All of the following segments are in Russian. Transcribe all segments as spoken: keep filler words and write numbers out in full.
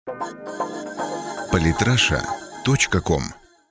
политраша точка ком.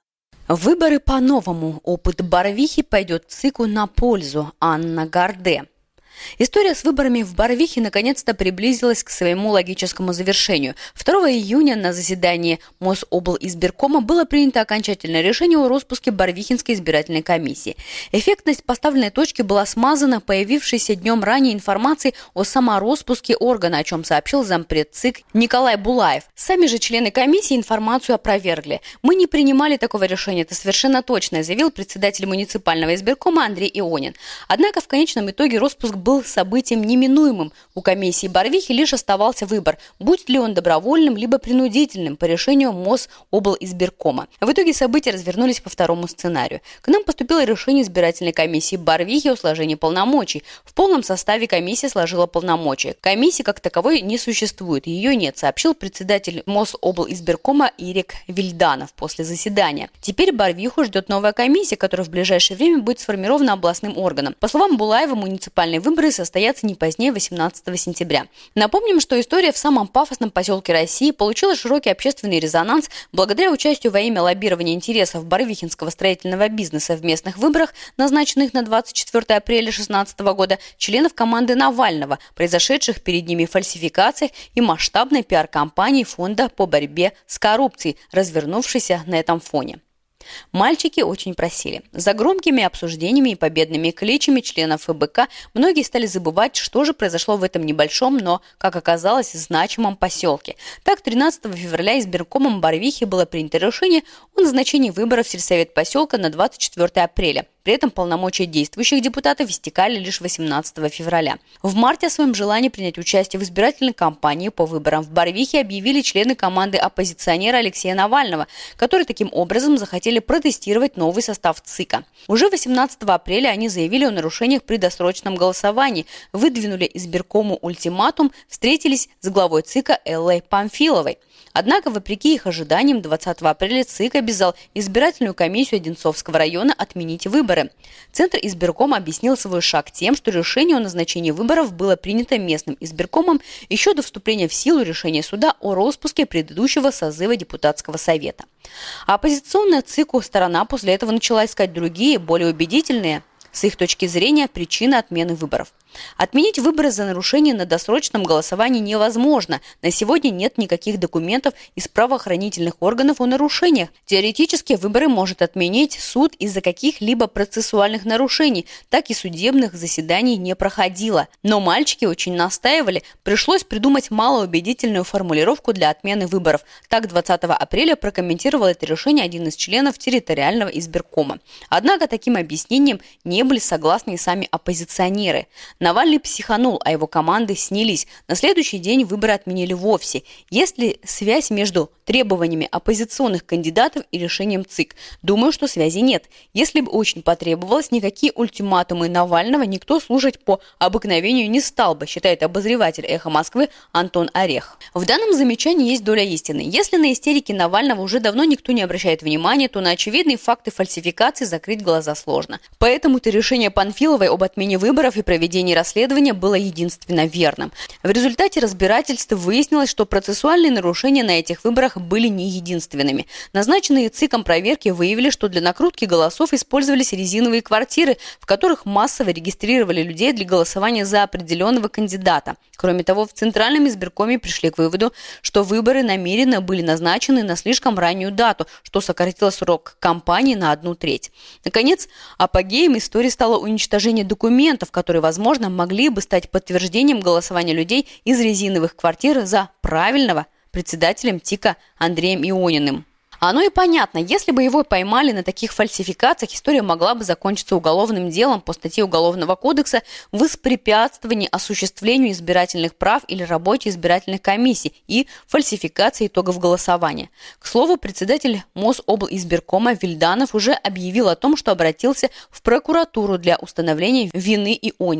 Выборы по-новому. Опыт Барвихи пойдет ЦИКу на пользу. Анна Гарде. История с выборами в Барвихе наконец-то приблизилась к своему логическому завершению. второго июня на заседании Мособлизбиркома было принято окончательное решение о распуске Барвихинской избирательной комиссии. Эффектность поставленной точки была смазана появившейся днем ранее информацией о самороспуске органа, о чем сообщил зампред ЦИК Николай Булаев. Сами же члены комиссии информацию опровергли. «Мы не принимали такого решения, это совершенно точно», заявил председатель муниципального избиркома Андрей Ионин. Однако в конечном итоге распуск был был событием неминуемым. У комиссии Барвихи лишь оставался выбор, будет ли он добровольным, либо принудительным по решению Мособлизбиркома. В итоге события развернулись по второму сценарию. К нам поступило решение избирательной комиссии Барвихи о сложении полномочий. В полном составе комиссия сложила полномочия. Комиссии как таковой не существует, ее нет, сообщил председатель Мособлизбиркома Ирик Вильданов после заседания. Теперь Барвиху ждет новая комиссия, которая в ближайшее время будет сформирована областным органом. По словам Булаева, муниципальные выборы состоятся не позднее восемнадцатого сентября. Напомним, что история в самом пафосном поселке России получила широкий общественный резонанс благодаря участию во имя лоббирования интересов барвихинского строительного бизнеса в местных выборах, назначенных на двадцать четвёртое апреля две тысячи шестнадцатого года, членов команды Навального, произошедших перед ними фальсификациях и масштабной пиар-кампании Фонда по борьбе с коррупцией, развернувшейся на этом фоне. Мальчики очень просили. За громкими обсуждениями и победными кличами членов ФБК многие стали забывать, что же произошло в этом небольшом, но, как оказалось, значимом поселке. Так, тринадцатого февраля избиркомом Барвихи было принято решение о назначении выборов в сельсовет поселка на двадцать четвёртое апреля. При этом полномочия действующих депутатов истекали лишь восемнадцатого февраля. В марте о своем желании принять участие в избирательной кампании по выборам в Барвихе объявили члены команды оппозиционера Алексея Навального, которые таким образом захотели протестировать новый состав ЦИКа. Уже восемнадцатого апреля они заявили о нарушениях при досрочном голосовании, выдвинули избиркому ультиматум, встретились с главой ЦИКа Эллой Памфиловой. Однако, вопреки их ожиданиям, двадцатого апреля ЦИК обязал избирательную комиссию Одинцовского района отменить выборы. Центр избиркома объяснил свой шаг тем, что решение о назначении выборов было принято местным избиркомом еще до вступления в силу решения суда о распуске предыдущего созыва депутатского совета. А оппозиционная ЦИКу сторона после этого начала искать другие, более убедительные, с их точки зрения, причины отмены выборов. Отменить выборы за нарушение на досрочном голосовании невозможно. На сегодня нет никаких документов из правоохранительных органов о нарушениях. Теоретически выборы может отменить суд из-за каких-либо процессуальных нарушений. Так и судебных заседаний не проходило. Но мальчики очень настаивали. Пришлось придумать малоубедительную формулировку для отмены выборов. Так двадцатого апреля прокомментировал это решение один из членов территориального избиркома. Однако таким объяснением не были согласны и сами оппозиционеры. Навальный психанул, а его команды снялись. На следующий день выборы отменили вовсе. Есть ли связь между требованиями оппозиционных кандидатов и решением ЦИК? Думаю, что связи нет. Если бы очень потребовалось, никакие ультиматумы Навального никто слушать по обыкновению не стал бы, считает обозреватель «Эхо Москвы» Антон Орех. В данном замечании есть доля истины. Если на истерике Навального уже давно никто не обращает внимания, то на очевидные факты фальсификации закрыть глаза сложно. Поэтому-то решение Панфиловой об отмене выборов и проведении расследования было единственно верным. В результате разбирательства выяснилось, что процессуальные нарушения на этих выборах были не единственными. Назначенные ЦИКом проверки выявили, что для накрутки голосов использовались резиновые квартиры, в которых массово регистрировали людей для голосования за определенного кандидата. Кроме того, в Центральном избиркоме пришли к выводу, что выборы намеренно были назначены на слишком раннюю дату, что сократило срок кампании на одну треть. Наконец, апогеем истории стало уничтожение документов, которые, возможно, могли бы стать подтверждением голосования людей из резиновых квартир за правильного председателем ТИКа Андреем Иониным. Оно и понятно, если бы его поймали на таких фальсификациях, история могла бы закончиться уголовным делом по статье Уголовного кодекса «Воспрепятствование осуществлению избирательных прав или работе избирательных комиссий» и «Фальсификации итогов голосования». К слову, председатель Мособлизбиркома Вильданов уже объявил о том, что обратился в прокуратуру для установления вины Ионина.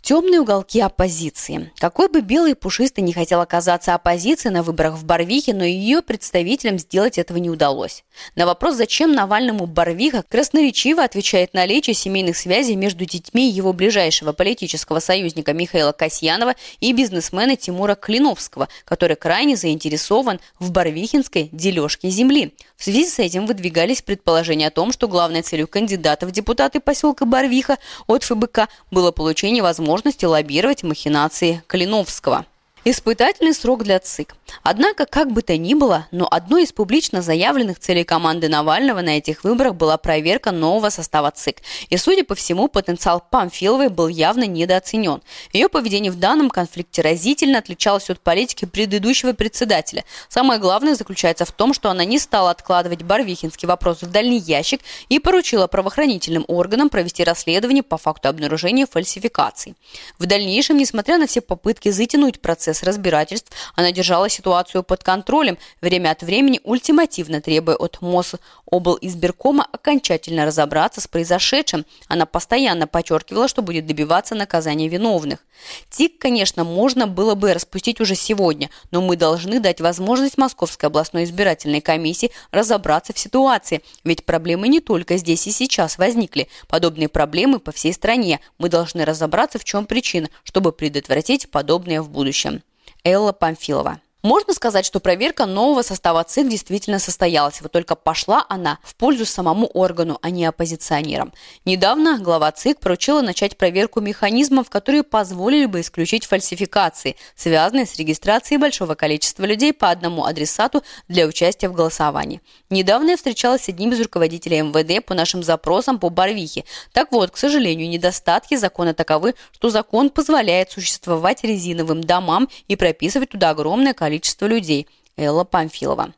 Темные уголки оппозиции. Какой бы белой и пушистой не хотела оказаться оппозиция на выборах в Барвихе, но ее представителям сделать этого не удалось. На вопрос, зачем Навальному Барвиха, красноречиво отвечает наличие семейных связей между детьми его ближайшего политического союзника Михаила Касьянова и бизнесмена Тимура Клиновского, который крайне заинтересован в барвихинской дележке земли. В связи с этим выдвигались предположения о том, что главной целью кандидата в депутаты поселка Барвиха от эф бэ ка было получение возможности лоббировать махинации Клиновского. Испытательный срок для ЦИК. Однако, как бы то ни было, но одной из публично заявленных целей команды Навального на этих выборах была проверка нового состава ЦИК. И, судя по всему, потенциал Памфиловой был явно недооценен. Ее поведение в данном конфликте разительно отличалось от политики предыдущего председателя. Самое главное заключается в том, что она не стала откладывать барвихинский вопрос в дальний ящик и поручила правоохранительным органам провести расследование по факту обнаружения фальсификаций. В дальнейшем, несмотря на все попытки затянуть процесс разбирательств, она держала ситуацию под контролем, время от времени ультимативно требуя от Мособлизбиркома окончательно разобраться с произошедшим. Она постоянно подчеркивала, что будет добиваться наказания виновных. ЦИК, конечно, можно было бы распустить уже сегодня, но мы должны дать возможность Московской областной избирательной комиссии разобраться в ситуации, ведь проблемы не только здесь и сейчас возникли. Подобные проблемы по всей стране. Мы должны разобраться, в чем причина, чтобы предотвратить подобное в будущем. Элла Памфилова. Можно сказать, что проверка нового состава ЦИК действительно состоялась, вот только пошла она в пользу самому органу, а не оппозиционерам. Недавно глава ЦИК поручила начать проверку механизмов, которые позволили бы исключить фальсификации, связанные с регистрацией большого количества людей по одному адресату для участия в голосовании. Недавно я встречалась с одним из руководителей эм вэ дэ по нашим запросам по Барвихе. Так вот, к сожалению, недостатки закона таковы, что закон позволяет существовать резиновым домам и прописывать туда огромное количество количество людей. Элла Памфилова.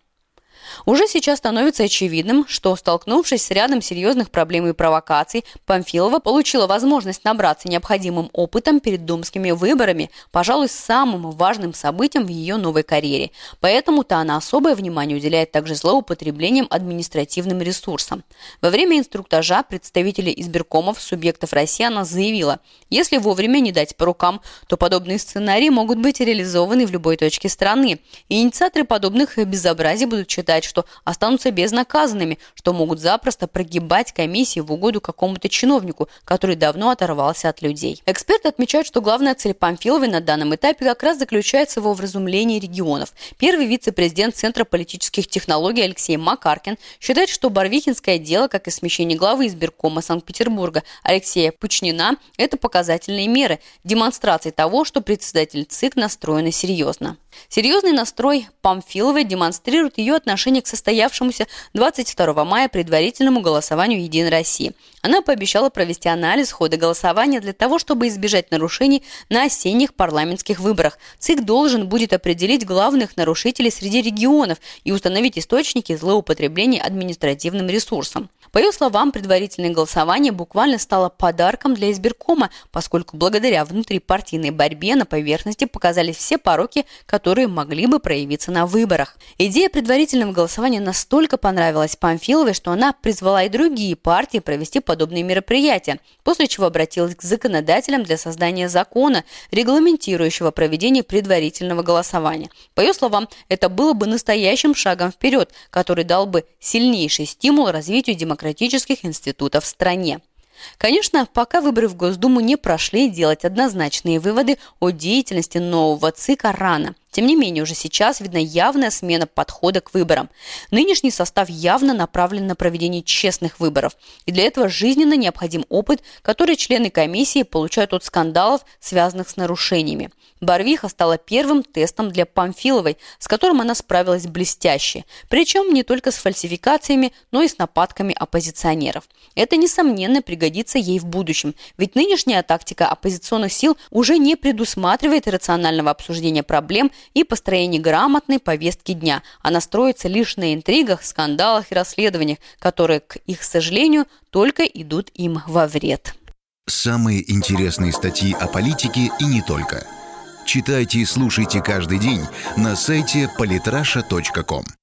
Уже сейчас становится очевидным, что, столкнувшись с рядом серьезных проблем и провокаций, Памфилова получила возможность набраться необходимым опытом перед думскими выборами, пожалуй, самым важным событием в ее новой карьере. Поэтому-то она особое внимание уделяет также злоупотреблением административным ресурсом. Во время инструктажа представителей избиркомов субъектов России она заявила: если вовремя не дать по рукам, то подобные сценарии могут быть реализованы в любой точке страны. И инициаторы подобных безобразий будут считать, что останутся безнаказанными, что могут запросто прогибать комиссии в угоду какому-то чиновнику, который давно оторвался от людей. Эксперты отмечают, что главная цель Памфиловой на данном этапе как раз заключается во вразумлении регионов. Первый вице-президент Центра политических технологий Алексей Макаркин считает, что барвихинское дело, как и смещение главы избиркома Санкт-Петербурга Алексея Пучнина, это показательные меры, демонстрации того, что председатель ЦИК настроена серьезно. Серьезный настрой Памфиловой демонстрирует ее отношение к состоявшемуся двадцать второго мая предварительному голосованию «Единой России». Она пообещала провести анализ хода голосования для того, чтобы избежать нарушений на осенних парламентских выборах. ЦИК должен будет определить главных нарушителей среди регионов и установить источники злоупотребления административным ресурсом. По ее словам, предварительное голосование буквально стало подарком для избиркома, поскольку благодаря внутрипартийной борьбе на поверхности показались все пороки, которые могли бы проявиться на выборах. Идея предварительного голосования настолько понравилась Памфиловой, что она призвала и другие партии провести подобные мероприятия, после чего обратилась к законодателям для создания закона, регламентирующего проведение предварительного голосования. По ее словам, это было бы настоящим шагом вперед, который дал бы сильнейший стимул развитию демократических институтов в стране. Конечно, пока выборы в Госдуму не прошли, делать однозначные выводы о деятельности нового ЦИКа рано. Тем не менее, уже сейчас видна явная смена подхода к выборам. Нынешний состав явно направлен на проведение честных выборов. И для этого жизненно необходим опыт, который члены комиссии получают от скандалов, связанных с нарушениями. Барвиха стала первым тестом для Памфиловой, с которым она справилась блестяще. Причем не только с фальсификациями, но и с нападками оппозиционеров. Это, несомненно, пригодится ей в будущем. Ведь нынешняя тактика оппозиционных сил уже не предусматривает рационального обсуждения проблем и построения грамотной повестки дня. Она строится лишь на интригах, скандалах и расследованиях, которые, к их сожалению, только идут им во вред. Самые интересные статьи о политике и не только. Читайте и слушайте каждый день на сайте политраша точка ком.